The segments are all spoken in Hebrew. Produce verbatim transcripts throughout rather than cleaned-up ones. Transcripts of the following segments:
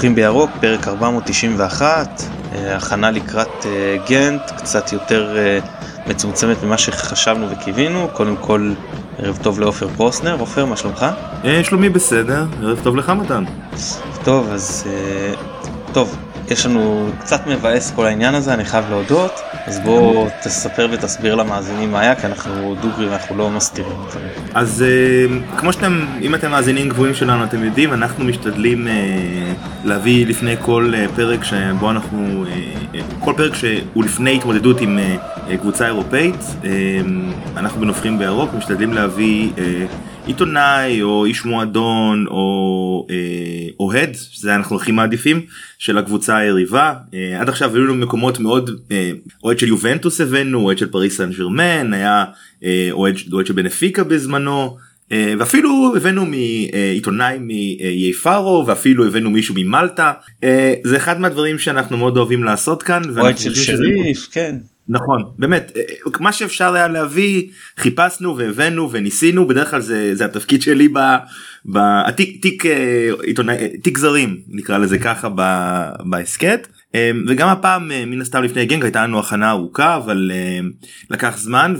נובחים בירוק, פרק ארבע מאות תשעים ואחת, הכנה לקראת גנט, קצת יותר מצומצמת ממה שחשבנו וקיווינו. קודם כל, ערב טוב לאופר פרוסנר. אופר, מה שלומך? שלומי בסדר, ערב טוב לך מתן. טוב, אז טוב, יש לנו קצת מבאס כל העניין הזה, אני חייב להודות, אז בוא תספר ותסביר למאזינים מה היה, כי אנחנו דוגרי ואנחנו לא מסתירים אותם. אז כמו שאתם, אם אתם מאזינים גבוהים שלנו, אתם יודעים, אנחנו משתדלים להביא לפני כל פרק שבו אנחנו, כל פרק שהוא לפני התמודדות עם קבוצה אירופאית, אנחנו בנובחים בירוק משתדלים להביא עיתונאי או איש מועדון או אוהד, שזה אנחנו הכי מעדיפים, של הקבוצה היריבה. עד עכשיו היו לנו מקומות מאוד, אוהד של יובנטוס הבאנו, אוהד של פריס סן ז'רמן, היה אוהד, אוהד של בנפיקה בזמנו, ואפילו הבאנו מעיתונאי מייפארו, ואפילו הבאנו מישהו ממלטה. זה אחד מהדברים שאנחנו מאוד אוהבים לעשות כאן. אוהד של שריף, כן. נכון, באמת, מה שאפשר היה להביא, חיפשנו והבאנו וניסינו, בדרך כלל זה, זה התפקיד שלי ב, ב, התיק, תיק, עיתונאי, תיק זרים, נקרא לזה ככה, ב, בעסקת. וגם הפעם, מן הסתם לפני גנג, הייתה לנו הכנה ארוכה, אבל לקח זמן,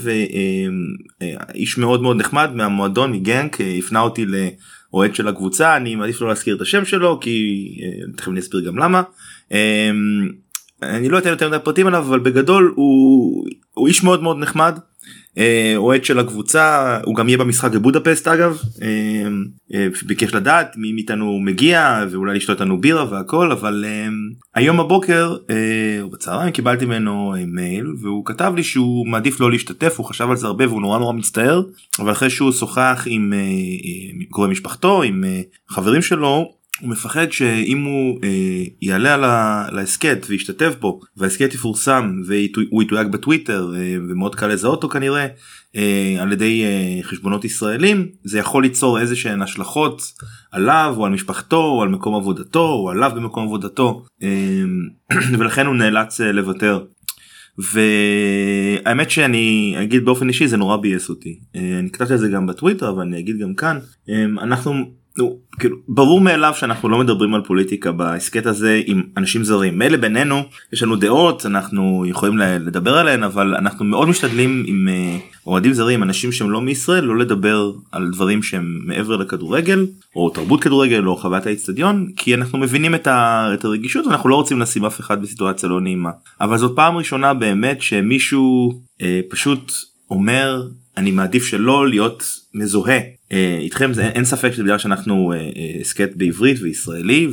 ואיש מאוד מאוד נחמד מהמועדון, מגנג, הפנה אותי לאוהד של הקבוצה. אני מעדיף לא להזכיר את השם שלו, כי תכף אני אסביר גם למה. אני לא אתן יותר מדי פרטים עליו, אבל בגדול הוא, הוא איש מאוד מאוד נחמד, אוהד של הקבוצה, הוא גם יהיה במשחק בבודפסט אגב, ביקש לדעת מי מאיתנו מגיע ואולי לשתות לנו בירה והכל, אבל היום בבוקר או בצהריים קיבלתי ממנו מייל, והוא כתב לי שהוא מעדיף לא להשתתף, הוא חשב על זה הרבה והוא נורא נורא מצטער, אבל אחרי שהוא שוחח עם קרובי משפחתו, עם חברים שלו, הוא מפחד שאם הוא אה, יעלה על ההסקט וישתתף בו, וההסקט יפורסם והוא יתויג בטוויטר, אה, ומאוד קל לזהות אותו כנראה, אה, על ידי אה, חשבונות ישראלים, זה יכול ליצור איזה שהן השלכות עליו או על משפחתו או על מקום עבודתו או עליו במקום עבודתו, אה, ולכן הוא נאלץ אה, לוותר. והאמת שאני אגיד באופן אישי, זה נורא בייס אותי. אה, אני כתבתי על זה גם בטוויטר, אבל אני אגיד גם כאן, אה, אנחנו... נו, כאילו, ברור מאליו שאנחנו לא מדברים על פוליטיקה בעסקת הזה עם אנשים זרים. מילא בינינו, יש לנו דעות, אנחנו יכולים לדבר עליהן, אבל אנחנו מאוד משתדלים עם אוהדים זרים, אנשים שהם לא מישראל, לא לדבר על דברים שהם מעבר לכדורגל, או תרבות כדורגל, או חוויית האצטדיון, כי אנחנו מבינים את, ה, את הרגישות, ואנחנו לא רוצים לשים אף אחד בסיטואציה לא נעימה. אבל זאת פעם ראשונה באמת שמישהו אה, פשוט אומר, אני מעדיף שלא להיות מזוהה איתכם. זה אין ספק שזה בגלל שאנחנו הסקט בעברית וישראלי,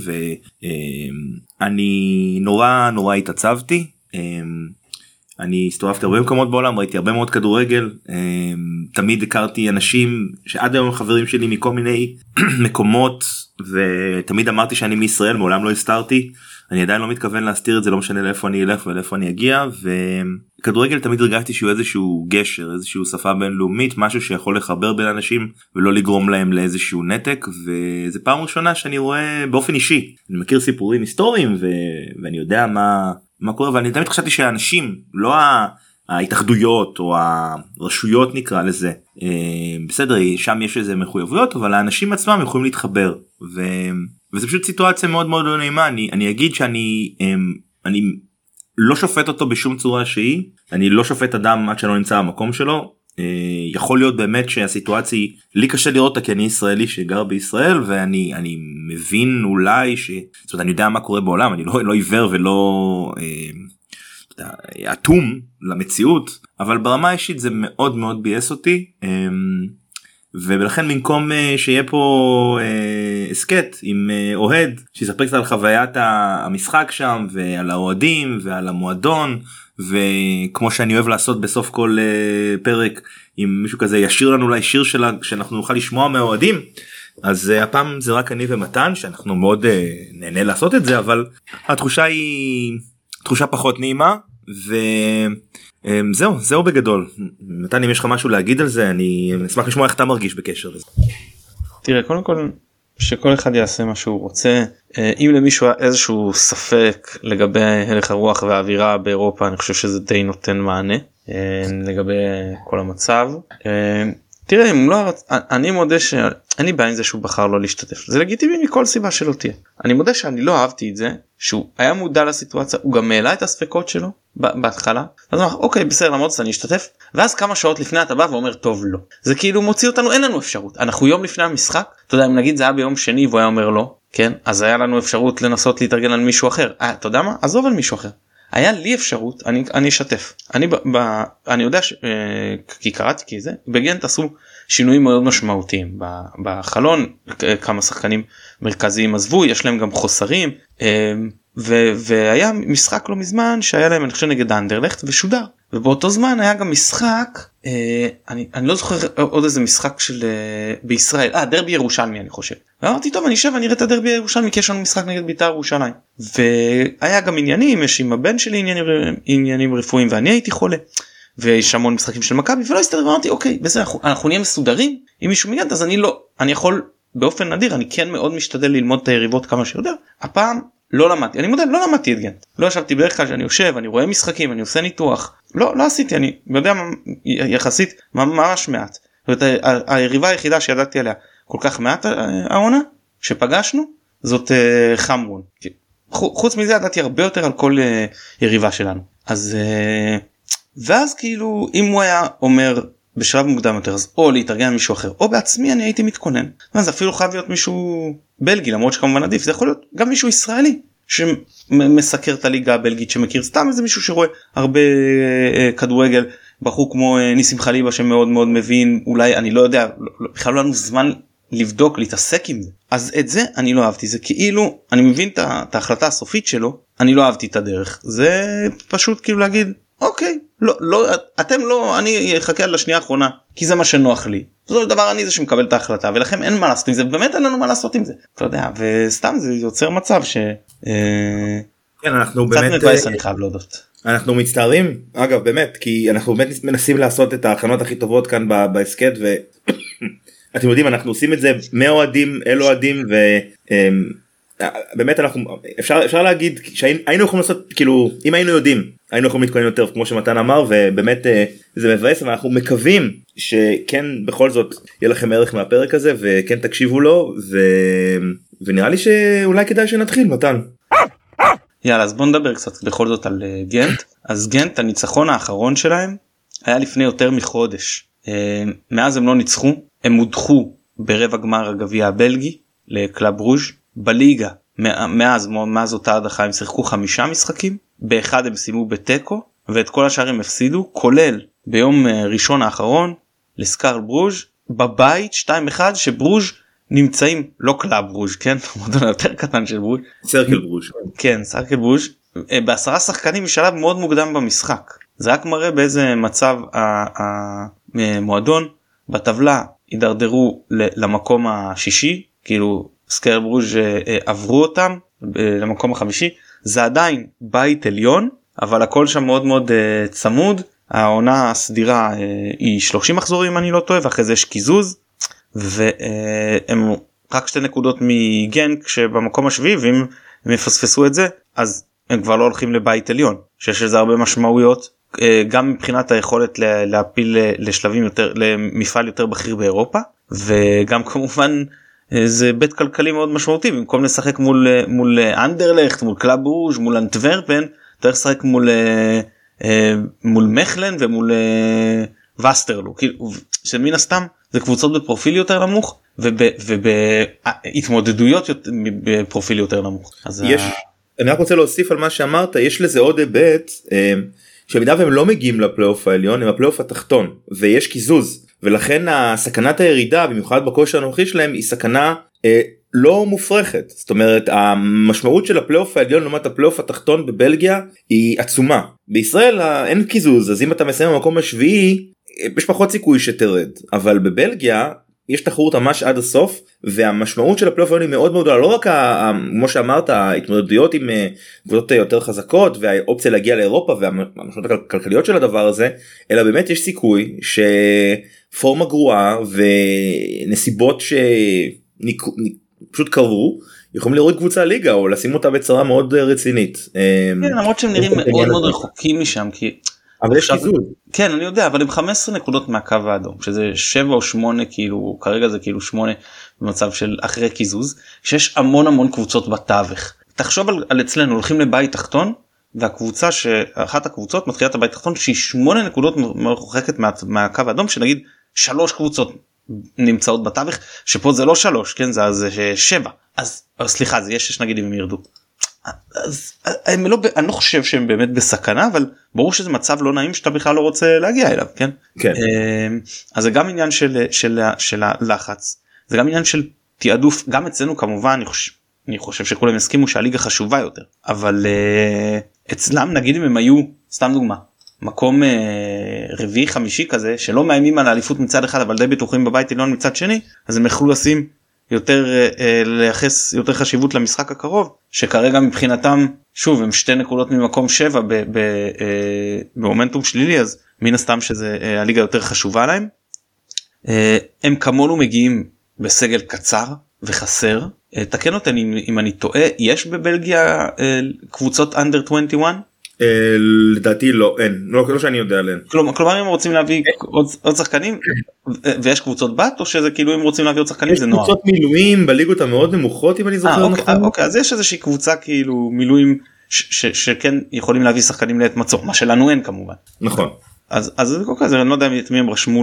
ואני נורא נורא התעצבתי. אני הסתובבתי הרבה מקומות בעולם, ראיתי הרבה מאוד כדורגל, תמיד הכרתי אנשים שעד היום חברים שלי מכל מיני מקומות, ותמיד אמרתי שאני מישראל, מעולם לא הסתרתי. אני עדיין לא מתכוון להסתיר את זה, לא משנה לאיפה אני אלך ולאיפה אני אגיע, וכדורגל תמיד הרגשתי שהוא איזשהו גשר, איזשהו שפה בינלאומית, משהו שיכול לחבר בין אנשים ולא לגרום להם לאיזשהו נתק, וזה פעם ראשונה שאני רואה באופן אישי. אני מכיר סיפורים היסטוריים ו... ואני יודע מה, מה קורה, ואני תמיד חשבתי שהאנשים, לא ההתאחדויות או הרשויות נקרא לזה, בסדר, שם יש איזה מחויבויות, אבל האנשים עצמם יכולים להתחבר, ו... וזה פשוט סיטואציה מאוד מאוד לא נעימה. אני, אני אגיד שאני אני לא שופט אותו בשום צורה שהיא, אני לא שופט אדם עד שלא נמצא במקום שלו. יכול להיות באמת שהסיטואציה היא, לי קשה לראות אותה כי אני ישראלי שגר בישראל, ואני אני מבין אולי ש... זאת אומרת, אני יודע מה קורה בעולם, אני לא, לא עיוור ולא אה, אטום למציאות, אבל ברמה האישית זה מאוד מאוד בייס אותי. אה, ולכן במקום שיהיה פה הסקט עם אוהד שיספר קצת על חוויית המשחק שם ועל האוהדים ועל המועדון, וכמו שאני אוהב לעשות בסוף כל פרק, אם מישהו כזה ישיר לנו אולי שיר שלה שאנחנו נוכל לשמוע מהאוהדים, אז הפעם זה רק אני ומתן, שאנחנו מאוד נהנה לעשות את זה, אבל התחושה היא תחושה פחות נעימה. וזהו, זהו בגדול. מתן, אם יש לך משהו להגיד על זה, אני אשמח לשמוע איך אתה מרגיש בקשר לזה. תראה, קודם כל, שכל אחד יעשה מה שהוא רוצה. אם למישהו היה איזשהו ספק לגבי הלך הרוח והאווירה באירופה, אני חושב שזה די נותן מענה לגבי כל המצב. תראה, אם לא, אני מודה שאין לי בעיה עם זה שהוא בחר לא להשתתף, זה לגיטימי מכל סיבה שלא תהיה. אני מודה שאני לא אהבתי את זה, שהוא היה מודע לסיטואציה, הוא גם העלה את הספקות שלו בהתחלה, אז הוא אמר, אוקיי, בסדר, למרות זה אני אשתתף, ואז כמה שעות לפני אתה בא ואומר, טוב, לא. זה כאילו מוציא אותנו, אין לנו אפשרות. אנחנו יום לפני המשחק, אתה יודע, אם נגיד זה היה ביום שני והוא היה אומר לא, כן, אז היה לנו אפשרות לנסות להתארגן על מישהו אחר. אה, אתה יודע מה? עזוב על מישהו אחר. היה לי אפשרות, אני, אני אשתף. אני, ב, ב, אני יודע, ש, אה, כי קראתי כי זה, בגנט עשו שינויים מאוד משמעותיים. ב, בחלון, כמה שחקנים מרכזיים עזבו, יש להם גם חוסרים, אה, ו, והיה משחק לא מזמן שהיה להם, אני חושב, נגד אנדרלכט ושודר. ובאותו זמן היה גם משחק, אה, אני, אני לא זוכר עוד איזה משחק של אה, בישראל, אה, דרבי ירושלמי אני חושב. ואמרתי, טוב, אני אשב ואני אראה את הדרבי הירושלמי, כי יש לנו משחק נגד בית"ר ירושלים. והיה גם עניינים, יש עם הבן שלי עניינים, עניינים רפואיים, ואני הייתי חולה. ויש המון משחקים של מכבי, ולא הסתדר, ואמרתי, אוקיי, בסדר, אנחנו, אנחנו נהיה מסודרים, אם מישהו מגן, אז אני לא, אני יכול, באופן נדיר, אני כן מאוד משתדל ללמוד את היריבות כמה שיותר. הפעם לא למדתי, אני מודה, לא למדתי את גנט. לא ישבתי בדרך כלל שאני יושב, אני רואה משחקים, אני עושה ניתוח. לא, לא עשיתי, אני יודע יחסית ממש מעט. זאת אומרת, היריבה היחידה שידעתי עליה כל כך מעט העונה שפגשנו, זאת חמרון. חוץ מזה ידעתי הרבה יותר על כל יריבה שלנו. אז, ואז כאילו, אם הוא היה אומר בשלב מוקדם יותר, אז או להתארגן מישהו אחר, או בעצמי אני הייתי מתכונן. אז אפילו חייב להיות מישהו בלגי, למרות שכמובן עדיף, זה יכול להיות גם מישהו ישראלי, שמסקר את הליגה הבלגית, שמכיר סתם איזה מישהו שרואה הרבה כדורגל, בחור כמו ניסים חליבה שמאוד מאוד מבין, אולי אני לא יודע, בכלל לא לנו זמן לבדוק, להתעסק עם זה. אז את זה אני לא אהבתי, זה כאילו, אני מבין את ההחלטה הסופית שלו, אני לא אהבתי את הדרך. זה פשוט כאילו להגיד, אוקיי, לא, לא, אתם לא, אני אחכה על השנייה האחרונה, כי זה מה שנוח לי. זאת דבר אני זה שמקבל את ההחלטה, ולכם אין מה לעשות עם זה, באמת אין לנו מה לעשות עם זה. אתה יודע, וסתם זה יוצר מצב ש... כן, אנחנו קצת באמת... מבאס, אני חייב להודות. אנחנו מצטערים, אגב, באמת, כי אנחנו באמת מנסים לעשות את ההכנות הכי טובות כאן בהסקט, ואתם יודעים, אנחנו עושים את זה מאוהדים, אל אוהדים, ובאמת אנחנו, אפשר, אפשר להגיד שהיינו יכולים לעשות, כאילו, אם היינו יודעים, היינו יכולים להתכונן יותר, כמו שמתן אמר, ובאמת זה מבאס, אבל אנחנו מקווים שכן, בכל זאת, יהיה לכם ערך מהפרק הזה, וכן תקשיבו לו, ו... ונראה לי שאולי כדאי שנתחיל, מתן. יאללה, אז בוא נדבר קצת בכל זאת על uh, גנט. אז גנט, הניצחון האחרון שלהם היה לפני יותר מחודש. Uh, מאז הם לא ניצחו, הם הודחו ברבע גמר הגביע הבלגי לקלאב רוז'. בליגה, מאז, מאז אותה הדחה הם שיחקו חמישה משחקים, באחד הם סיימו בתיקו, ואת כל השאר הם הפסידו, כולל ביום uh, ראשון האחרון לסקארל ברוז' בבית שתיים אחד, שברוז' נמצאים, לא קלאב ברוז', כן, מועדון יותר קטן של ברוז', סרקל ברוז', כן, סרקל ברוז', בעשרה שחקנים משלב מאוד מוקדם במשחק. זה רק מראה באיזה מצב המועדון בטבלה הידרדרו למקום השישי, כאילו סקארל ברוז' עברו אותם למקום החמישי. זה עדיין בית עליון, אבל הכל שם מאוד מאוד צמוד. העונה הסדירה היא שלושים מחזורים, אני לא טועה, ואחרי זה יש קיזוז, והם רק שתי נקודות מגנק שבמקום השביעי, ואם הם יפספסו את זה אז הם כבר לא הולכים לבית עליון, שיש לזה הרבה משמעויות, גם מבחינת היכולת להפיל לשלבים יותר, למפעל יותר בכיר באירופה, וגם כמובן זה בית כלכלי מאוד משמעותי. במקום לשחק מול מול אנדרלכט, מול קלאב רוז', מול אנטוורפן, צריך לשחק מול מול מכלן ומול וסטרלו, כאילו שמן הסתם זה קבוצות בפרופיל יותר נמוך, ובהתמודדויות בפרופיל יותר נמוך. אז יש, אני רק רוצה להוסיף על מה שאמרת, יש לזה עוד היבט, שבמידה והם לא מגיעים לפלייאוף העליון, הם הפלייאוף התחתון, ויש קיזוז, ולכן הסכנת הירידה, במיוחד בכושר הנוכחי שלהם, היא סכנה לא מופרכת. זאת אומרת, המשמעות של הפלייאוף העליון לעומת הפלייאוף התחתון בבלגיה היא עצומה. בישראל אין קיזוז, אז אם אתה מסיים במקום השביעי, יש פחות סיכוי שתרד, אבל בבלגיה יש תחרות ממש עד הסוף, והמשמעות של הפלייאוף העליון היא מאוד מאוד גדולה, לא רק כמו שאמרת, ההתמודדויות עם קבוצות יותר חזקות, והאופציה להגיע לאירופה, והמשמעות הכלכליות של הדבר הזה, אלא באמת יש סיכוי שפורמה גרועה, ונסיבות שפשוט קרו, יכולים להוריד קבוצה ליגה, או לשים אותה בצורה מאוד רצינית. כן, למרות שהם נראים מאוד מאוד רחוקים משם, כי אבל יש קיזוז. כן, אני יודע, אבל עם חמש עשרה נקודות מהקו האדום, שזה שבע או שמונה, כאילו, כרגע זה כאילו שמונה במצב של אחרי קיזוז, שיש המון המון קבוצות בתווך. תחשוב על, על אצלנו, הולכים לבית תחתון, והקבוצה, שאחת הקבוצות מתחילה את הבית תחתון, שהיא שמונה נקודות מרוחקת מה, מהקו האדום, שנגיד שלוש קבוצות נמצאות בתווך, שפה זה לא שלוש, כן, זה, זה שבע. אז, סליחה, זה יש שש נגיד אם הם ירדו. אז הם לא, אני לא חושב שהם באמת בסכנה, אבל ברור שזה מצב לא נעים שאתה בכלל לא רוצה להגיע אליו, כן? כן. אז זה גם עניין של, של, של הלחץ, זה גם עניין של תעדוף, גם אצלנו כמובן, אני חושב, אני חושב שכולם הסכימו שהליגה חשובה יותר, אבל אצלם נגיד אם הם היו, סתם דוגמה, מקום רביעי חמישי כזה, שלא מאיימים על האליפות מצד אחד, אבל די בטוחים בבית עליון מצד שני, אז הם יכלו לשים יותר לייחס יותר חשיבות למשחק הקרוב, שכרגע מבחינתם שוב הם שתי נקודות ממקום שבע במומנטום שלילי, אז מן הסתם שזה הליגה יותר חשובה להם. הם כמונו מגיעים בסגל קצר וחסר, תקן אותי אם אני טועה, יש בבלגיה קבוצות אנדר עשרים ואחת? לדעתי לא, אין, לא שאני יודע עליהן. כלומר אם רוצים להביא עוד שחקנים ויש קבוצות בת, או שזה כאילו אם רוצים להביא עוד שחקנים זה נוער? יש קבוצות מילואים בליגות המאוד נמוכות אם אני זוכר נכון. אוקיי, אז יש איזושהי קבוצה כאילו מילואים שכן יכולים להביא שחקנים לעת מצוא, מה שלנו אין כמובן. נכון. אז אני לא יודע את מי הם רשמו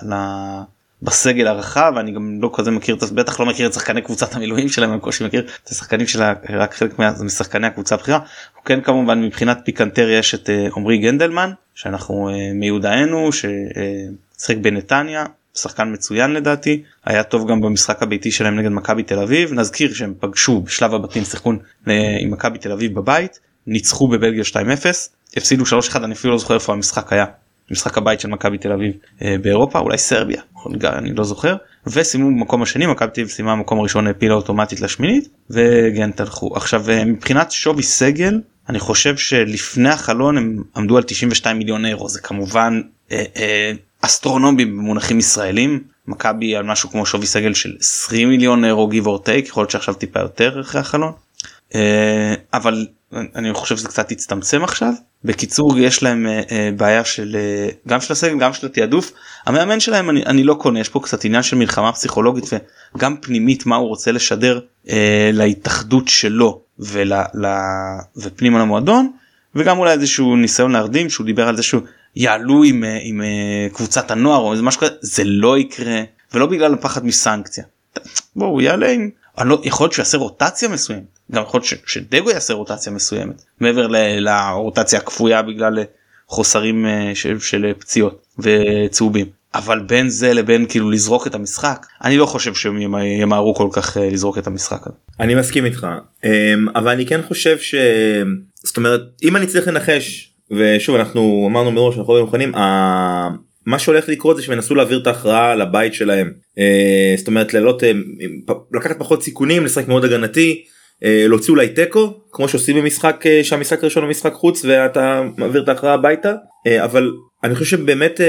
בסגל הרחב, אני גם לא כזה מכיר, בטח לא מכיר את שחקני קבוצת המילואים שלהם, אני קושי מכיר את השחקנים שלה, רק חלק משחקני הקבוצה הבחירה. כן כמובן מבחינת פיקנטר יש את עומרי גנדלמן, שאנחנו מיודענו, ששחק בנתניה, שחקן מצוין לדעתי, היה טוב גם במשחק הביתי שלהם נגד מכבי תל אביב, נזכיר שהם פגשו בשלב הבתים שיחקון עם מכבי תל אביב בבית, ניצחו בבלגיה שתיים אפס, הפסידו שלוש אחד, אני אפילו לא זוכר איפה המשחק היה, משחק הבית של מכבי תל אביב באירופה, אולי סרביה, אני לא זוכר, וסיימו במקום השני, מכבי תל אביב סיימה במקום הראשון, העפילה אוטומטית לשמינית, וגנט הלכו. עכשיו מבחינת שווי סגל, אני חושב שלפני החלון הם עמדו על תשעים ושתיים מיליון אירו, זה כמובן אה, אה, אסטרונומי במונחים ישראלים, מכבי על משהו כמו שווי סגל של עשרים מיליון אירו give or take, יכול להיות שעכשיו טיפה יותר אחרי החלון, אה, אבל אני חושב שזה קצת הצטמצם עכשיו. בקיצור יש להם אה, אה, בעיה של אה, גם של הסגל גם של התיעדוף, המאמן שלהם אני, אני לא קונה, יש פה קצת עניין של מלחמה פסיכולוגית וגם פנימית מה הוא רוצה לשדר אה, להתאחדות שלו ול, ל, ופנימה למועדון, וגם אולי איזשהו ניסיון להרדים שהוא דיבר על זה שהוא יעלו עם, עם קבוצת הנוער או איזה משהו כזה, זה לא יקרה, ולא בגלל הפחד מסנקציה, בואו יעלה עם, לא, יכול להיות שיעשה רוטציה מסוימת, גם יכול להיות ש, שדגו יעשה רוטציה מסוימת, מעבר ל, לרוטציה הכפויה בגלל חוסרים של, של פציעות וצהובים, אבל בין זה לבין כאילו לזרוק את המשחק, אני לא חושב שהם ימהרו כל כך לזרוק את המשחק הזה. אני מסכים איתך, אבל אני כן חושב ש... זאת אומרת, אם אני צריך לנחש, ושוב אנחנו אמרנו מראש, אנחנו לא מוכנים, מה שהולך לקרות זה שמנסו להעביר את ההכרעה לבית שלהם. זאת אומרת, לילות, לקחת פחות סיכונים, לשחק מאוד הגנתי, להוציא אולי טקו, כמו שעושים במשחק, שהמשחק הראשון הוא משחק חוץ, ואתה מעביר את ההכרעה הביתה, אבל אני חושב שבאמת,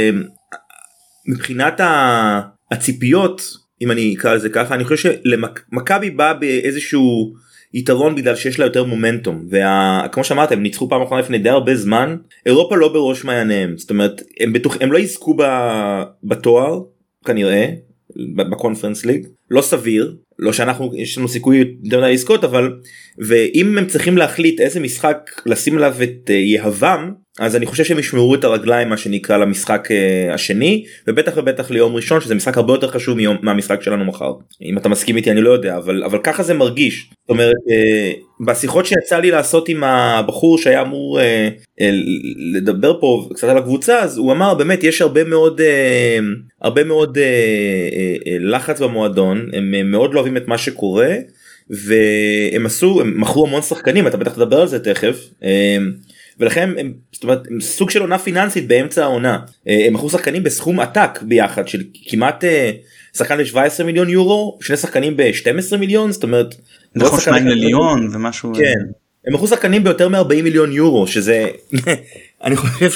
מבחינת הציפיות, אם אני אקרא לזה ככה, אני חושב שלמכבי בא באיזשהו יתרון בגלל שיש לה יותר מומנטום, וכמו שאמרת הם ניצחו פעם אחרונה לפני די הרבה זמן, אירופה לא בראש מעייניהם, זאת אומרת הם, בטוח, הם לא יזכו בתואר כנראה, בקונפרנס ליג, לא סביר, לא שאנחנו יש לנו סיכוי יותר מדי לזכות, אבל ואם הם צריכים להחליט איזה משחק לשים עליו את יהבם, אז אני חושב שהם ישמרו את הרגליים מה שנקרא למשחק השני, ובטח ובטח ליום ראשון שזה משחק הרבה יותר חשוב מיום, מהמשחק שלנו מחר. אם אתה מסכים איתי אני לא יודע, אבל, אבל ככה זה מרגיש. זאת אומרת, בשיחות שיצא לי לעשות עם הבחור שהיה אמור לדבר פה קצת על הקבוצה, אז הוא אמר באמת יש הרבה מאוד, הרבה מאוד לחץ במועדון, הם מאוד לא אוהבים את מה שקורה, והם עשו, הם מכרו המון שחקנים, אתה בטח תדבר על זה תכף, ולכן הם, זאת אומרת, הם סוג של עונה פיננסית באמצע העונה, הם מכרו שחקנים בסכום עתק ביחד, של כמעט שחקן ל-שבע עשרה מיליון יורו, שני שחקנים ב-שתים עשרה מיליון, זאת אומרת, נכון שניים מיליון ומשהו, כן, הם מכרו שחקנים ביותר מ-ארבעים מיליון יורו, שזה, אני חושב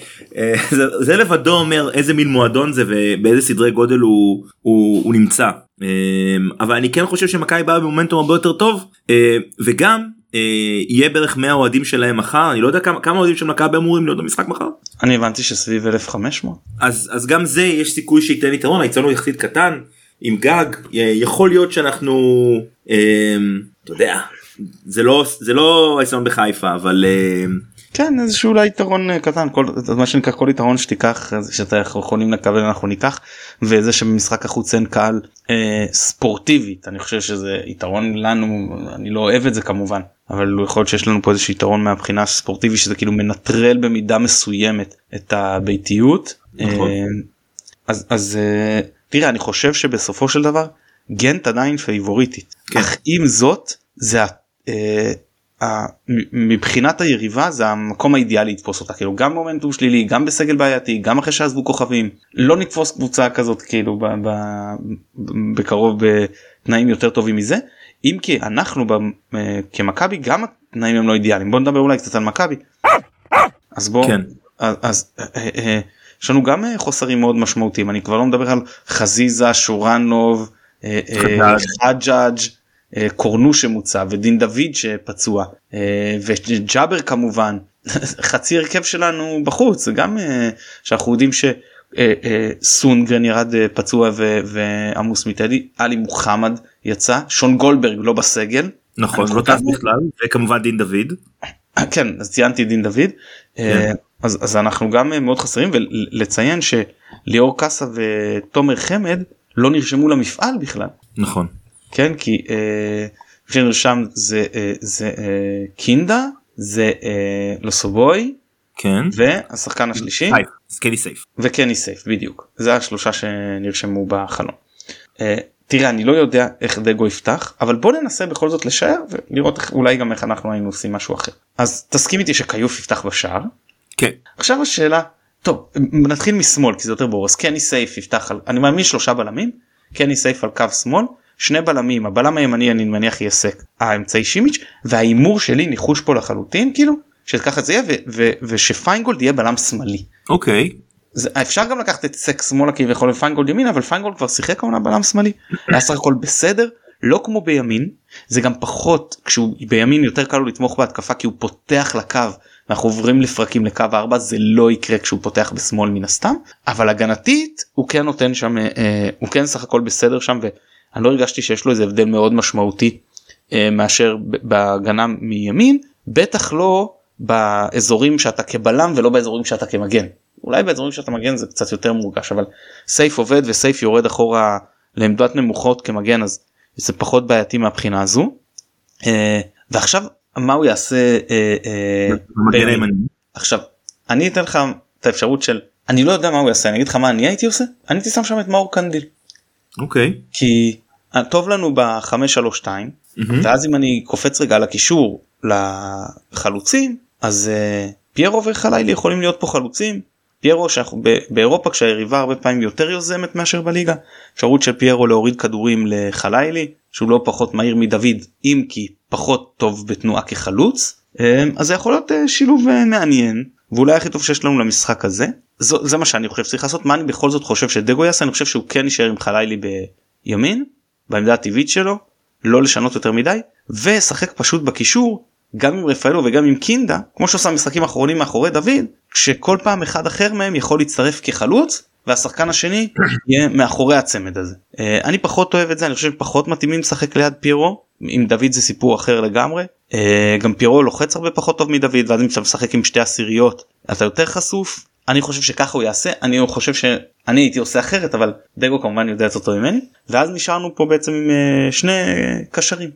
שזה לבדו אומר איזה מין מועדון זה, ובאיזה סדרי גודל הוא, הוא, הוא נמצא, אבל אני כן חושב שמכבי באה במומנטום הרבה יותר טוב, וגם, יהיה בערך מאה אוהדים שלהם מחר, אני לא יודע כמה, כמה אוהדים של מכבי אמורים להיות במשחק מחר. אני הבנתי שסביב אלף וחמש מאות. אז אז גם זה יש סיכוי שייתן יתרון, היצרון הוא יחסית קטן עם גג, יכול להיות שאנחנו אתה יודע, זה לא זה לא היצרון בחיפה, אבל כן, איזשהו אולי יתרון קטן, כל מה שנקרא כל יתרון שתיקח, שאתה יכולים לקבל אנחנו ניקח, וזה שבמשחק החוץ אין קהל אה, ספורטיבית, אני חושב שזה יתרון לנו, אני לא אוהב את זה כמובן, אבל יכול להיות שיש לנו פה איזשהו יתרון מהבחינה הספורטיבית, שזה כאילו מנטרל במידה מסוימת את הביתיות. נכון. אה, אז, אז אה, תראה, אני חושב שבסופו של דבר, גנט עדיין פייבוריטית, כן. אך עם זאת, זה אה, מבחינת היריבה זה המקום האידיאלי לתפוס אותה, כאילו גם מומנטום שלילי, גם בסגל בעייתי, גם אחרי שעזבו כוכבים, לא נתפוס קבוצה כזאת כאילו בקרוב בתנאים יותר טובים מזה, אם כי אנחנו כמכבי גם התנאים הם לא אידיאליים. בוא נדבר אולי קצת על מכבי. אז בוא, אז יש לנו גם חוסרים מאוד משמעותיים, אני כבר לא מדבר על חזיזה, שורנוב, חג'אג', קורנו שמוצא ודין דוד שפצוע וג'אבר כמובן, חצי הרכב שלנו בחוץ, גם שאנחנו יודעים שסונגרן ירד פצוע ועמוס מיטדי, אלי מוחמד יצא, שון גולדברג לא בסגל, נכון, לא טס בכלל, וכמובן דין דוד. כן, אז ציינתי דין דוד, אז, אז אנחנו גם מאוד חסרים, ולציין שליאור קאסה ותומר חמד לא נרשמו למפעל בכלל. נכון. כן, כי אה, שנרשם זה, אה, זה אה, קינדה, זה אה, לוסובוי, כן. והשחקן השלישי. קני סייף. וקני סייף, בדיוק. זה השלושה שנרשמו בחלון. אה, תראה, אני לא יודע איך דגו יפתח, אבל בוא ננסה בכל זאת לשער, ולראות אולי גם איך אנחנו היינו עושים משהו אחר. אז תסכים איתי שקיוף יפתח בשער. כן. עכשיו השאלה, טוב, נתחיל משמאל, כי זה יותר ברור. אז קני סייף יפתח, על, אני מאמין שלושה בלמים, קני סייף על קו שמאל, שני בלמים, הבלם הימני אני מניח יסק, האמצעי שימיץ', והאימור שלי ניחוש פה לחלוטין, כאילו, שככה זה יהיה, ושפיינגולד יהיה בלם שמאלי. אוקיי. אפשר גם לקחת את סק שמאלה כביכול ופיינגולד ימין, אבל פיינגולד כבר שיחק עונה בלם שמאלי, היה סך הכל בסדר, לא כמו בימין, זה גם פחות, כשהוא בימין יותר קל לו לתמוך בהתקפה, כי הוא פותח לקו, אנחנו עוברים לפרקים לקו ארבע, זה לא יקרה כשהוא פותח בשמאל מן הסתם, אבל הגנתית, הוא כן נותן שם, הוא כן סך הכל בסדר שם, אני לא הרגשתי שיש לו איזה הבדל מאוד משמעותי אה, מאשר בהגנה מימין, בטח לא באזורים שאתה כבלם ולא באזורים שאתה כמגן. אולי באזורים שאתה מגן זה קצת יותר מורגש, אבל סייף עובד וסייף יורד אחורה לעמדות נמוכות כמגן, אז זה פחות בעייתי מהבחינה הזו. אה, ועכשיו מה הוא יעשה? אה, אה, בימין. עכשיו אני אתן לך את האפשרות של, אני לא יודע מה הוא יעשה, אני אגיד לך מה אני הייתי עושה, אני הייתי שם שם את מאור קנדיל. אוקיי. כי טוב לנו ב-חמש שלוש שתיים, ואז אם אני קופץ רגע לקישור לחלוצים, אז uh, פיירו וחלילי יכולים להיות פה חלוצים. פיירו שאנחנו באירופה כשהיריבה הרבה פעמים יותר יוזמת מאשר בליגה, אפשרות של פיירו להוריד כדורים לחלילי, שהוא לא פחות מהיר מדוד, אם כי פחות טוב בתנועה כחלוץ, אז זה יכול להיות שילוב מעניין, ואולי הכי טוב שיש לנו למשחק הזה. זו, זה מה שאני חושב שצריך לעשות. מה אני בכל זאת חושב שדגו יעשה? אני חושב שהוא כן יישאר עם חלילי בימין, בעמדה הטבעית שלו, לא לשנות יותר מדי, ושחק פשוט בקישור, גם עם רפאלו וגם עם קינדה, כמו שעושה משחקים אחרונים מאחורי דוד, כשכל פעם אחד אחר מהם יכול להצטרף כחלוץ, והשחקן השני יהיה מאחורי הצמד הזה. אני פחות אוהב את זה, אני חושב שפחות מתאימים לשחק ליד פיירו, עם דוד זה סיפור אחר לגמרי, גם פיירו לוחץ הרבה פחות טוב מדוד, ואז אם אתה משחק עם שתי עשיריות, אתה יותר חשוף. אני חושב שככה הוא יעשה, אני חושב שאני הייתי עושה אחרת, אבל דגו כמובן יודע את אותו ממני, ואז נשארנו פה בעצם עם שני קשרים,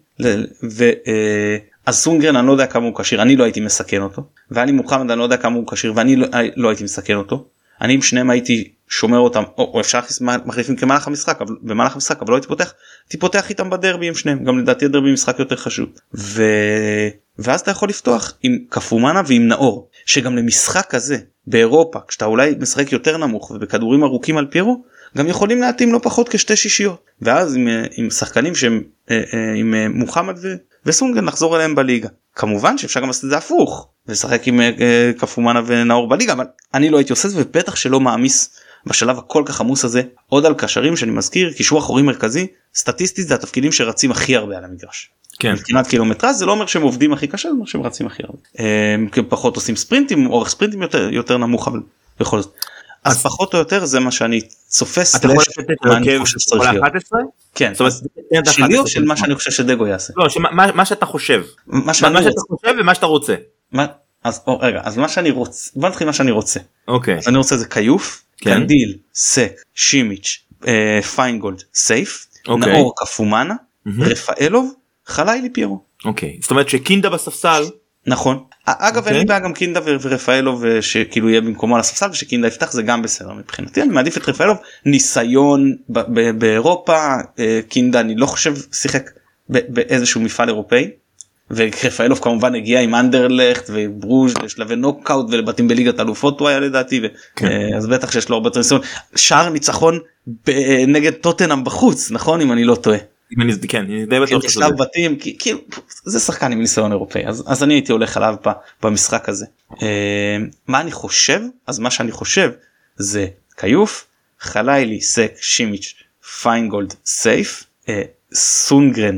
אז סונגרן אני לא יודע כמה הוא קשיר, אני לא הייתי מסכן אותו, ואני מוחמד אני לא יודע כמה הוא קשיר, ואני לא, לא הייתי מסכן אותו, אני עם שניהם הייתי שומר אותם, או, או אפשר מחליפים כמהלך המשחק, אבל, במהלך המשחק, אבל לא הייתי פותח, הייתי פותח איתם בדרבי עם שניהם, גם לדעתי הדרבי משחק יותר חשוב, ו... ואז אתה יכול לפתוח עם קפומנה ועם נאור, שגם למשחק כזה, באירופה, כשאתה אולי משחק יותר נמוך, ובכדורים ארוכים על פיירו, גם יכולים להתאים לא פחות כשתי שישיות, ואז עם, עם שחקנים שהם, עם מוחמד ו... וסונגרן נחזור אליהם בליגה. כמובן שאפשר גם לעשות את זה הפוך, ולשחק עם קפומנה ונאור בליגה, אבל אני לא הייתי עושה את זה, ובטח שלא מעמיס בשלב הכל כך עמוס הזה, עוד על קשרים שאני מזכיר, קישור אחורי מרכזי, סטטיסטית זה התפקידים שרצים הכי הרבה על המגרש. כן. מבחינת קילומטרז זה לא אומר שהם עובדים הכי קשה, זה אומר שהם רצים הכי הרבה. הם פחות עושים ספרינטים, אורך ספרינטים יותר, יותר נמוך, אבל בכל זאת. אז, אז פחות או יותר זה מה שאני צופס. אתה יכול לתת את הרכב של אחת עשרה? כן. שלי או של מה שאני חושב שדגו יעשה? לא, מה שאתה חושב. מה שאתה חושב ומה שאתה רוצה. אז רגע, אז מה שאני רוצה, בוא נתחיל מה שאני רוצה. אוקיי. אז אני רוצה זה קיוף, קנדיל, סק, שימיץ', פיינגולד, סייף, נאור קפומנה, רפאלוב, חלילי פיירו. אוקיי, זאת אומרת שקינדה בספסל. נכון. אגב אין לי בעיה גם קינדה ורפאלוב שכאילו יהיה במקומו על הספסל ושקינדה יפתח, זה גם בסדר מבחינתי. אני מעדיף את רפאלוב, ניסיון באירופה, קינדה אני לא חושב שיחק באיזשהו מפעל אירופאי, ורפאלוב כמובן הגיע עם אנדרלכט וברוז' לשלבי נוקאוט ולבתים בליגת אלופות הוא היה לדעתי, אז בטח שיש לו הרבה ניסיון. שער ניצחון נגד טוטנהאם בחוץ, נכון, אם אני לא טועה. כן, די בטוח שלב בתים, כאילו זה שחקן עם ניסיון אירופאי, אז אז אני הייתי הולך עליו במשחק הזה. מה אני חושב? אז מה שאני חושב זה קיוף, חלילי, סק, שימיץ', פיינגולד, סייף, סונגרן,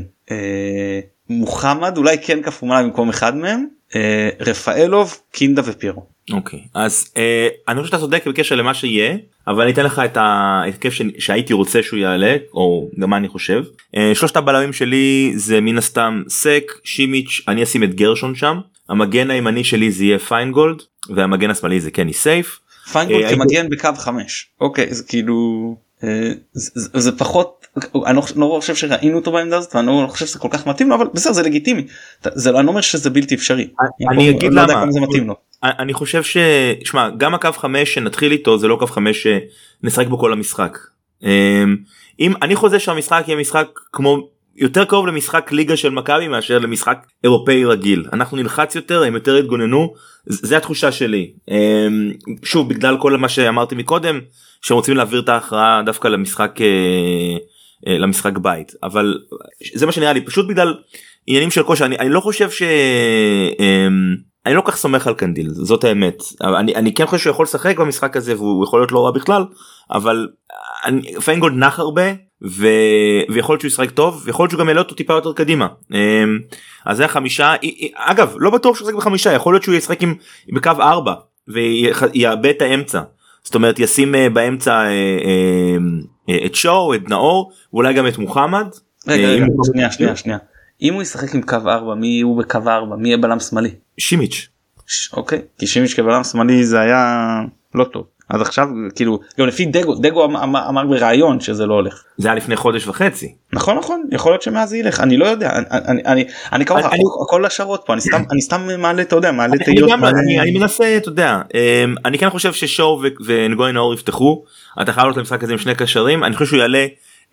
מוחמד, אולי כן קפומנה במקום אחד מהם, רפאלוב, קינדה ופיירו. אוקיי, אז אני חושב שאתה צודק בקשר למה שיהיה, אבל אני אתן לך את ההתקף שהייתי רוצה שהוא יעלה, או גם מה אני חושב. שלושת הבלמים שלי זה מן הסתם סק, שימיץ', אני אשים את גרשון שם, המגן הימני שלי זה יהיה פיינגולד, והמגן השמאלי זה קני סייף. פיינגולד כמגן בקו חמש, אוקיי, זה כאילו, זה פחות, אני לא חושב שראינו אותו בעמדה הזאת, ואני לא חושב שזה כל כך מתאים לו, אבל בסדר, זה לגיטימי, זה לא אומר שזה בלתי אפשרי. אני אגיד למה. זה מתאים לו. אני חושב ש... שמע, גם הקו חמש שנתחיל איתו זה לא קו חמש שנשחק בו כל המשחק. אם אני חושב שהמשחק יהיה משחק כמו יותר קרוב למשחק ליגה של מכבי מאשר למשחק אירופאי רגיל. אנחנו נלחץ יותר, הם יותר התגוננו, זה התחושה שלי. שוב, בגלל כל מה שאמרתי מקודם, שהם רוצים להעביר את ההכרעה דווקא למשחק, למשחק בית. אבל זה מה שנראה לי, פשוט בגלל עניינים של כושר, אני, אני לא חושב ש... אני לא כך סומך על קנדיל, זאת האמת. אני, אני כן חושב שהוא יכול לשחק במשחק הזה והוא יכול להיות לא רע בכלל, אבל אני, פיינגולד נח הרבה ו, ויכול להיות שהוא ישחק טוב, ויכול להיות שהוא גם יעלה אותו טיפה יותר קדימה. אז זה החמישה, אגב לא בטוח שהוא ישחק בחמישה, יכול להיות שהוא ישחק עם, בקו ארבע ויאבד את האמצע. זאת אומרת ישים באמצע את שואו, את נאור, ואולי גם את מוחמד. רגע, רגע, שנייה, שנייה, שנייה. אם הוא ישחק עם קו ארבע, מי הוא בקו ארבע? מי יהיה בלם שמאלי? שימיץ'. אוקיי, כי שימיץ' כבלם שמאלי זה היה לא טוב. אז עכשיו כאילו, גם לפי דגו, דגו אמר ברעיון שזה לא הולך. זה היה לפני חודש וחצי. נכון, נכון, יכול להיות שמאז זה ילך, אני לא יודע, אני, אני, אני ככה, הכל השערות פה, אני סתם, אני סתם מעלה, אתה יודע, מעלה תהיות. אני מנסה, אתה יודע, אני כן חושב ששואו ונגוי נאור יפתחו, אתה חייב להיות למשחק הזה עם שני קשרים, אני חושב שהוא יעלה,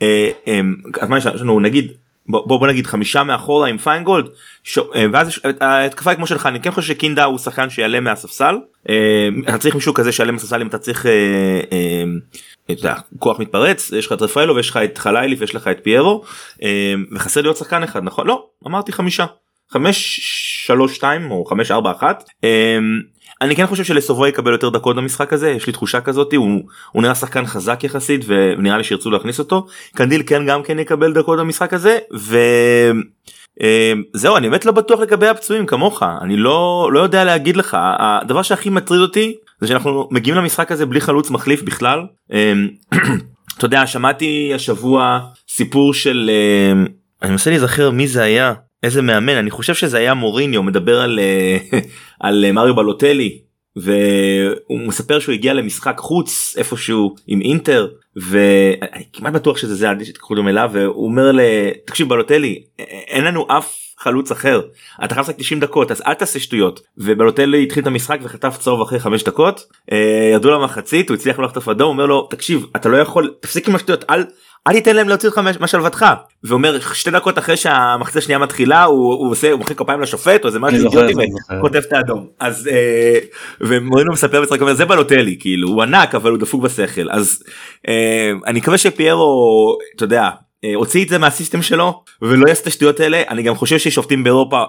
אז מה יש לנו, נגיד, בוא, בוא נגיד חמישה מאחורה עם פיינגולד, ש... ואז התקפה היא כמו שלך, אני כן חושב שקינדה הוא שחקן שיעלה מהספסל, אתה צריך מישהו כזה שיעלה מהספסל אם אתה צריך אתה יודע, כוח מתפרץ, יש לך את רפאלו ויש לך את חלילי ויש לך את פיירו, וחסר להיות שחקן אחד, נכון? לא, אמרתי חמישה, חמש שלוש שתיים או חמש ארבע אחת. אני כן חושב שלסובוי יקבל יותר דקות במשחק הזה, יש לי תחושה כזאת, הוא, הוא נראה שחקן חזק יחסית ונראה לי שירצו להכניס אותו. קנדיל כן גם כן יקבל דקות במשחק הזה, וזהו, אני באמת לא בטוח לגבי הפצועים כמוך, אני לא, לא יודע להגיד לך, הדבר שהכי מטריד אותי זה שאנחנו מגיעים למשחק הזה בלי חלוץ מחליף בכלל. אתה יודע, שמעתי השבוע סיפור של, אני מנסה להיזכר מי זה היה, איזה מאמן, אני חושב שזה היה מוריניו, מדבר על, על מריו בלוטלי, והוא מספר שהוא הגיע למשחק חוץ איפשהו עם אינטר, ואני כמעט בטוח שזה זה עדיין שתקחו לו אליו, והוא אומר ל... תקשיב בלוטלי, אין לנו אף חלוץ אחר, אתה חייב לשחק תשעים דקות, אז אל תעשה שטויות. ובלוטלי התחיל את המשחק וחטף צהוב אחרי חמש דקות, ירדו למחצית, הוא הצליח לחטוף אדום, הוא אומר לו, תקשיב, אתה לא יכול, תפסיק עם השטויות, אל... אל תיתן להם להוציא אותך משלוותך. ואומר שתי דקות אחרי שהמחצית השנייה מתחילה הוא, הוא עושה, הוא מוחא כפיים לשופט או זה משהו אידיוטי וכותב את האדום. אז אה, ומורינו מספר בצחק, אומר זה בלוטלי, כאילו הוא ענק אבל הוא דפוק בשכל. אז אה, אני מקווה שפיירו, אתה יודע, אה, הוציא את זה מהסיסטם שלו ולא יעשה את השטויות האלה. אני גם חושב ששופטים באירופה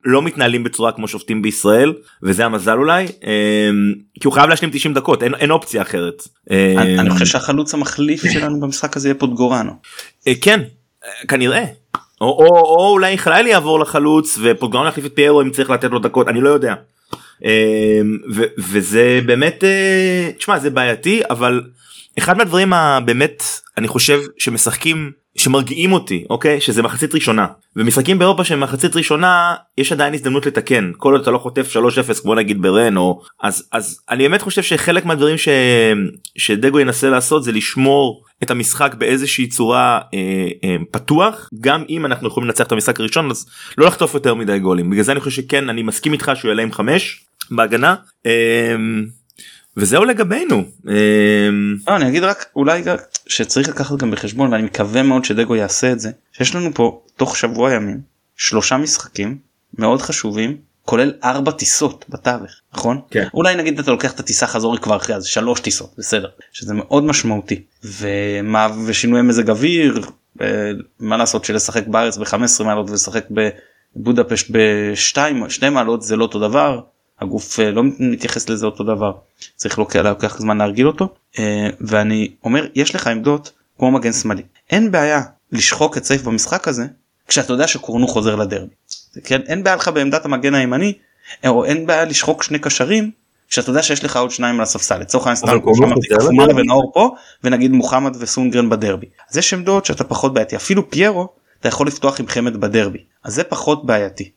לא מתנהלים בצורה כמו שופטים בישראל, וזה המזל אולי, כי הוא חייב להשלים תשעים דקות, אין, אין אופציה אחרת. אני, אני חושב שהחלוץ המחליף שלנו במשחק הזה יהיה פוטגורנו. כן, כנראה. או, או, או אולי חלילי יעבור לחלוץ, ופוטגורנו יחליף את פיירו אם צריך לתת לו דקות, אני לא יודע. ו, וזה באמת, תשמע, זה בעייתי, אבל אחד מהדברים הבאמת, אני חושב שמשחקים, שמרגיעים אותי, אוקיי? שזה מחצית ראשונה. ומשחקים באירופה שהם מחצית ראשונה, יש עדיין הזדמנות לתקן. כל עוד אתה לא חוטף שלוש אפס, כמו נגיד ברן, או... אז, אז אני באמת חושב שחלק מהדברים ש... שדגו ינסה לעשות, זה לשמור את המשחק באיזושהי צורה אה, אה, פתוח, גם אם אנחנו יכולים לנצח את המשחק הראשון, אז לא לחטוף יותר מדי גולים. בגלל זה אני חושב שכן, אני מסכים איתך שהוא יעלה עם חמש בהגנה. אה, וזהו לגבינו. לא, אני אגיד רק אולי שצריך לקחת גם בחשבון, ואני מקווה מאוד שדגו יעשה את זה, שיש לנו פה תוך שבוע ימים שלושה משחקים מאוד חשובים, כולל ארבע טיסות בתווך, נכון? כן. אולי נגיד אתה לוקח את הטיסה חזור כבר אחרי, אז שלוש טיסות, בסדר, שזה מאוד משמעותי, ומה, ושינוי מזג אוויר, מה לעשות שלשחק בארץ ב-חמש עשרה מעלות ולשחק בבודפשט ב-שתי מעלות זה לא אותו דבר, הגוף לא מתייחס לזה אותו דבר, צריך לוקח זמן להרגיל אותו, ואני אומר, יש לך עמדות כמו מגן שמאלי, אין בעיה לשחוק את סייף במשחק הזה, כשאתה יודע שקורנו חוזר לדרבי, כן? אין בעיה לך בעמדת המגן הימני, או אין בעיה לשחוק שני קשרים, כשאתה יודע שיש לך עוד שניים על הספסל, לצורך העניין, חומאנה ונאור פה, ונגיד מוחמד וסונגרן בדרבי, אז יש עמדות שאתה פחות בעייתי, אפילו פיירו, אתה יכול לפתוח עם חמד בדרבי, אז זה פחות בעייתי,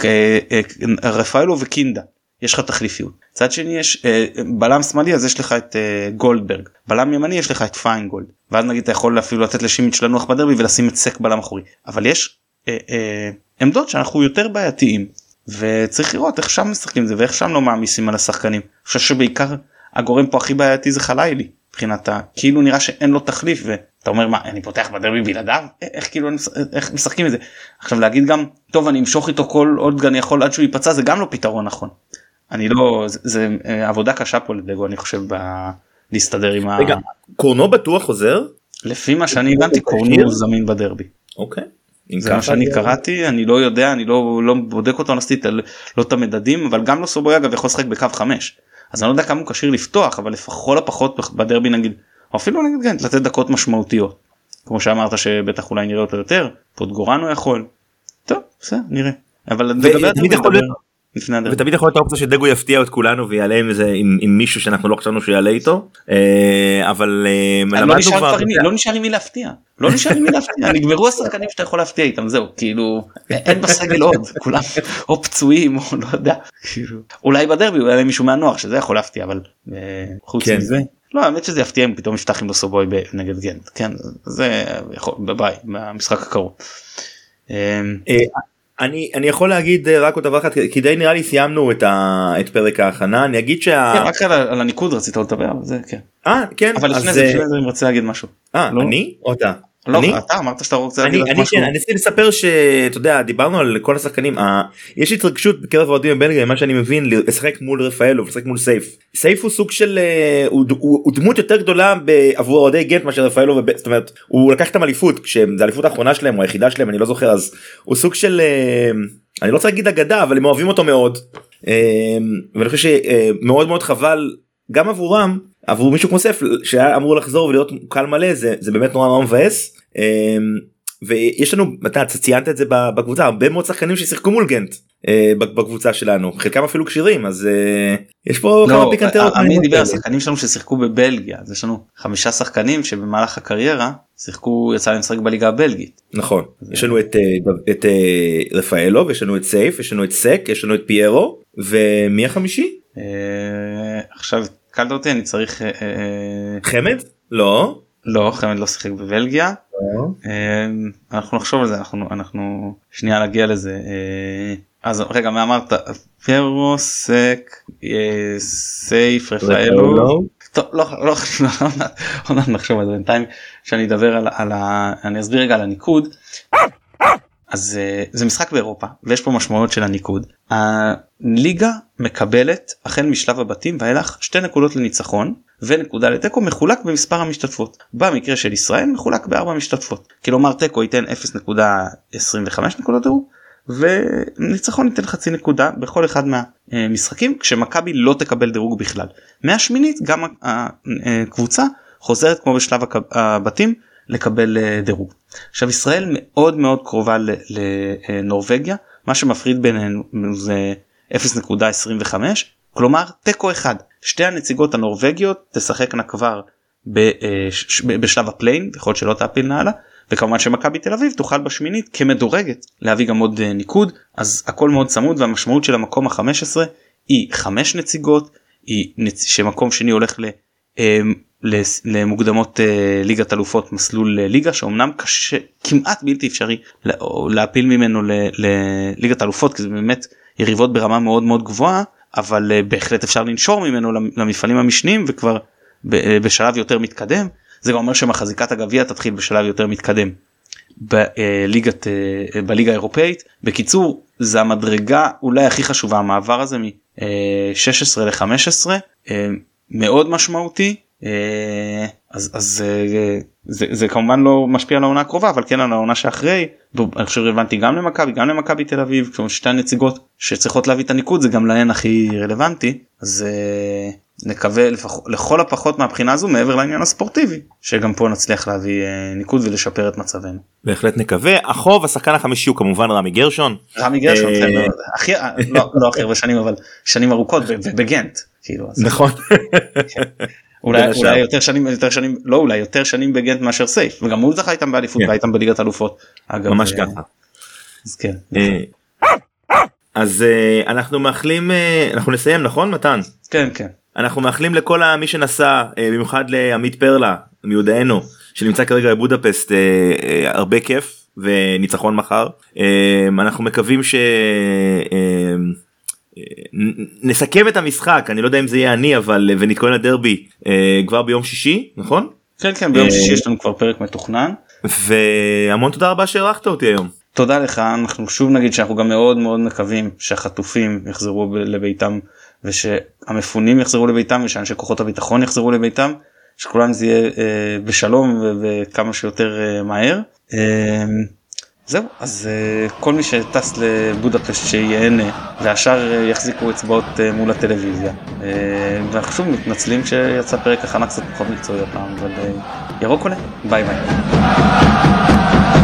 רפאלו וקינדה, יש לך תחליפיות. צד שני יש אה, בלם שמאלי, אז יש לך את אה, גולדברג, בלם ימני יש לך את פיינגולד, ואז נגיד אתה יכול אפילו לתת לשימיץ' לנוח בדרבי ולשים את סק בלם אחורי, אבל יש אה, אה, עמדות שאנחנו יותר בעייתיים, וצריך לראות איך שם משחקים זה ואיך שם לא מעמיסים על השחקנים. אני חושב שבעיקר הגורם פה הכי בעייתי זה חלילי, מבחינת כאילו נראה שאין לו תחליף, ואתה אומר מה, אני פותח בדרבי בלעדיו? איך כאילו, איך משחקים את זה? עכשיו להגיד גם, טוב אני אמשוך איתו כל עוד אני יכול עד שהוא ייפצע, זה גם לא פתרון נכון. אני לא, זה, זה עבודה קשה פה לדגו, אני חושב, ב... להסתדר עם ה... רגע, קורנו בטוח חוזר? לפי מה שאני הבנתי, קורנו זמין בדרבי. אוקיי. זה מה שאני קראתי, אני לא יודע, אני לא, לא בודק אותו, נסתית, לא את המדדים, אבל גם לא סובוי אגב יכול לשחק בקו חמש. אז אני לא יודע כמה הוא קשיר לפתוח, אבל לפחות הפחות בדרבי נגיד, או אפילו נגיד כן, לתת דקות משמעותיות. כמו שאמרת שבטח אולי נראה אותו יותר, פוטגורנו יכול. טוב, בסדר, נראה. אבל נדבר ותמיד יכול להיות האופציה שדגו יפתיע את כולנו ויעלה עם איזה עם מישהו שאנחנו לא חשבנו שיעלה איתו, אבל לא נשאר עם מי להפתיע, לא נשאר עם מי להפתיע, נגמרו השחקנים שאתה יכול להפתיע איתם, זהו, כאילו אין בסגל עוד, כולם או פצועים או לא יודע, אולי בדרבי הוא יעלה מישהו מהנוער שזה יכול להפתיע, אבל חוץ מזה לא, האמת שזה יפתיע אם פתאום יפתח עם לוסובוי נגד גנט, כן, זה יכול, ביי, במשחק הקרוב. אני אני יכול להגיד רק עוד דבר אחד, כי די נראה לי סיימנו את ה את פרק ההכנה, אני אגיד שה רק על הניקוד רצית לדבר, זה כן. אה כן. אבל לפני זה אני רוצה להגיד משהו. אה אני או אתה? לא, אתה אמרת שאתה רוצה להגיד משהו. אני רציתי לספר שאתה יודע, דיברנו על כל השחקנים, יש התרגשות בקרב האוהדים בבלגיה, מה שאני מבין, לשחק מול רפאלו ולשחק מול סייף. סייף הוא סוג של, הוא דמות יותר גדולה עבור אוהדי גנט מאשר רפאלו, זאת אומרת, הוא לקח את המאליפות, כשזה האליפות האחרונה שלהם או היחידה שלהם, אני לא זוכר, אז הוא סוג של, אני לא רוצה להגיד אגדה, אבל הם אוהבים אותו מאוד, ואני חושב שמאוד מאוד חבל, גם עבורם, עבור מישהו כמו סייף שהיה אמור לחזור ולהיות קהל מלא, זה, זה באמת נורא נורא מבאס, ויש לנו, אתה ציינת את זה בקבוצה, הרבה מאוד שחקנים ששיחקו מול גנט בקבוצה שלנו, חלקם אפילו קשירים, אז יש פה כמה פיקנטרות. אני דיבר על שחקנים שלנו ששיחקו בבלגיה, אז יש לנו חמישה שחקנים שבמהלך הקריירה שיחקו, יצא להם לשחק בליגה הבלגית. נכון, יש לנו את רפאלו, ויש לנו את סייף, יש לנו את סק, יש לנו את פיירו, ומי החמישי? עכשיו קלת אותי, אני צריך... חמד? לא. לא, חמד לא שיחק בבלגיה. אנחנו נחשוב על זה, אנחנו שנייה להגיע לזה. אז רגע, מה אמרת? פיירו, סק, סייף, רפאלו. טוב, לא, לא, לא נחשוב על זה בינתיים, שאני אדבר על ה... אני אסביר רגע על הניקוד. אז זה משחק באירופה ויש פה משמעויות של הניקוד. הליגה מקבלת החל משלב הבתים ואילך שתי נקודות לניצחון ונקודה לתיקו מחולק במספר המשתתפות. במקרה של ישראל מחולק בארבע משתתפות, כלומר תיקו ייתן אפס נקודה עשרים וחמש נקודות דירוג וניצחון ניתן חצי נקודה בכל אחד מהמשחקים, כשמכבי לא תקבל דירוג בכלל. מהשמינית גם הקבוצה חוזרת כמו בשלב הבתים לקבל דירוג. עכשיו ישראל מאוד מאוד קרובה לנורווגיה, מה שמפריד בינינו זה אפס נקודה עשרים וחמש, כלומר תיקו אחד. שתי הנציגות הנורווגיות תשחקנה כבר בשלב הפליין, יכול להיות שלא תעפיל נעלה, וכמובן שמכבי תל אביב תוכל בשמינית כמדורגת להביא גם עוד ניקוד, אז הכל מאוד צמוד, והמשמעות של המקום ה-חמש עשרה היא חמש נציגות, היא נצ... שמקום שני הולך ל... למוקדמות ליגת אלופות מסלול ליגה, שאומנם קשה, כמעט בלתי אפשרי להפיל ממנו לליגת אלופות, כי זה באמת יריבות ברמה מאוד מאוד גבוהה, אבל בהחלט אפשר לנשור ממנו למפעלים המשניים וכבר בשלב יותר מתקדם. זה גם אומר שמחזיקת הגביע תתחיל בשלב יותר מתקדם בליגת, בליגה האירופאית. בקיצור, זה המדרגה אולי הכי חשובה, המעבר הזה מ-שש עשרה ל-חמש עשרה, מאוד משמעותי. אז, אז זה, זה, זה כמובן לא משפיע על העונה הקרובה, אבל כן על העונה שאחרי. אני חושב רלוונטי גם למכבי, גם למכבי תל אביב, כמו שתי הנציגות שצריכות להביא את הניקוד, זה גם להן הכי רלוונטי. אז נקווה לפח, לכל הפחות מהבחינה הזו, מעבר לעניין הספורטיבי, שגם פה נצליח להביא ניקוד ולשפר את מצבנו. בהחלט נקווה. החוב, השחקן החמישי הוא כמובן רמי גרשון. רמי גרשון, הכי, לא, לא הכי הרבה שנים, אבל שנים ארוכות בגנט. נכון. אולי, אולי יותר שנים, יותר שנים, לא אולי, יותר שנים בגנט מאשר סייף, וגם הוא זכה איתם באליפות, והייתם בליגת אלופות. אגב, ממש ככה. אז כן. אז אנחנו מאחלים, אנחנו נסיים, נכון מתן? כן, כן. אנחנו מאחלים לכל מי שנסע, במיוחד לעמית פרלה, מיודענו, שנמצא כרגע בבודפסט, הרבה כיף וניצחון מחר. אנחנו מקווים ש... נסכם את המשחק, אני לא יודע אם זה יהיה אני, אבל ונתכונן לדרבי כבר ביום שישי, נכון? כן, כן, ביום שישי יש לנו כבר פרק מתוכנן. והמון תודה רבה שהערכת אותי היום. תודה לך, אנחנו שוב נגיד שאנחנו גם מאוד מאוד מקווים שהחטופים יחזרו לביתם, ושהמפונים יחזרו לביתם, ושאנשי כוחות הביטחון יחזרו לביתם, שכולם זה יהיה בשלום וכמה שיותר מהר. זהו, אז uh, כל מי שטס לבודפשט שיהנה, והשאר uh, יחזיקו אצבעות uh, מול הטלוויזיה. Uh, ואנחנו שוב מתנצלים שיצא פרק הכנה קצת פחות מקצועי הפעם, אבל uh, ירוק עולה, ביי ביי.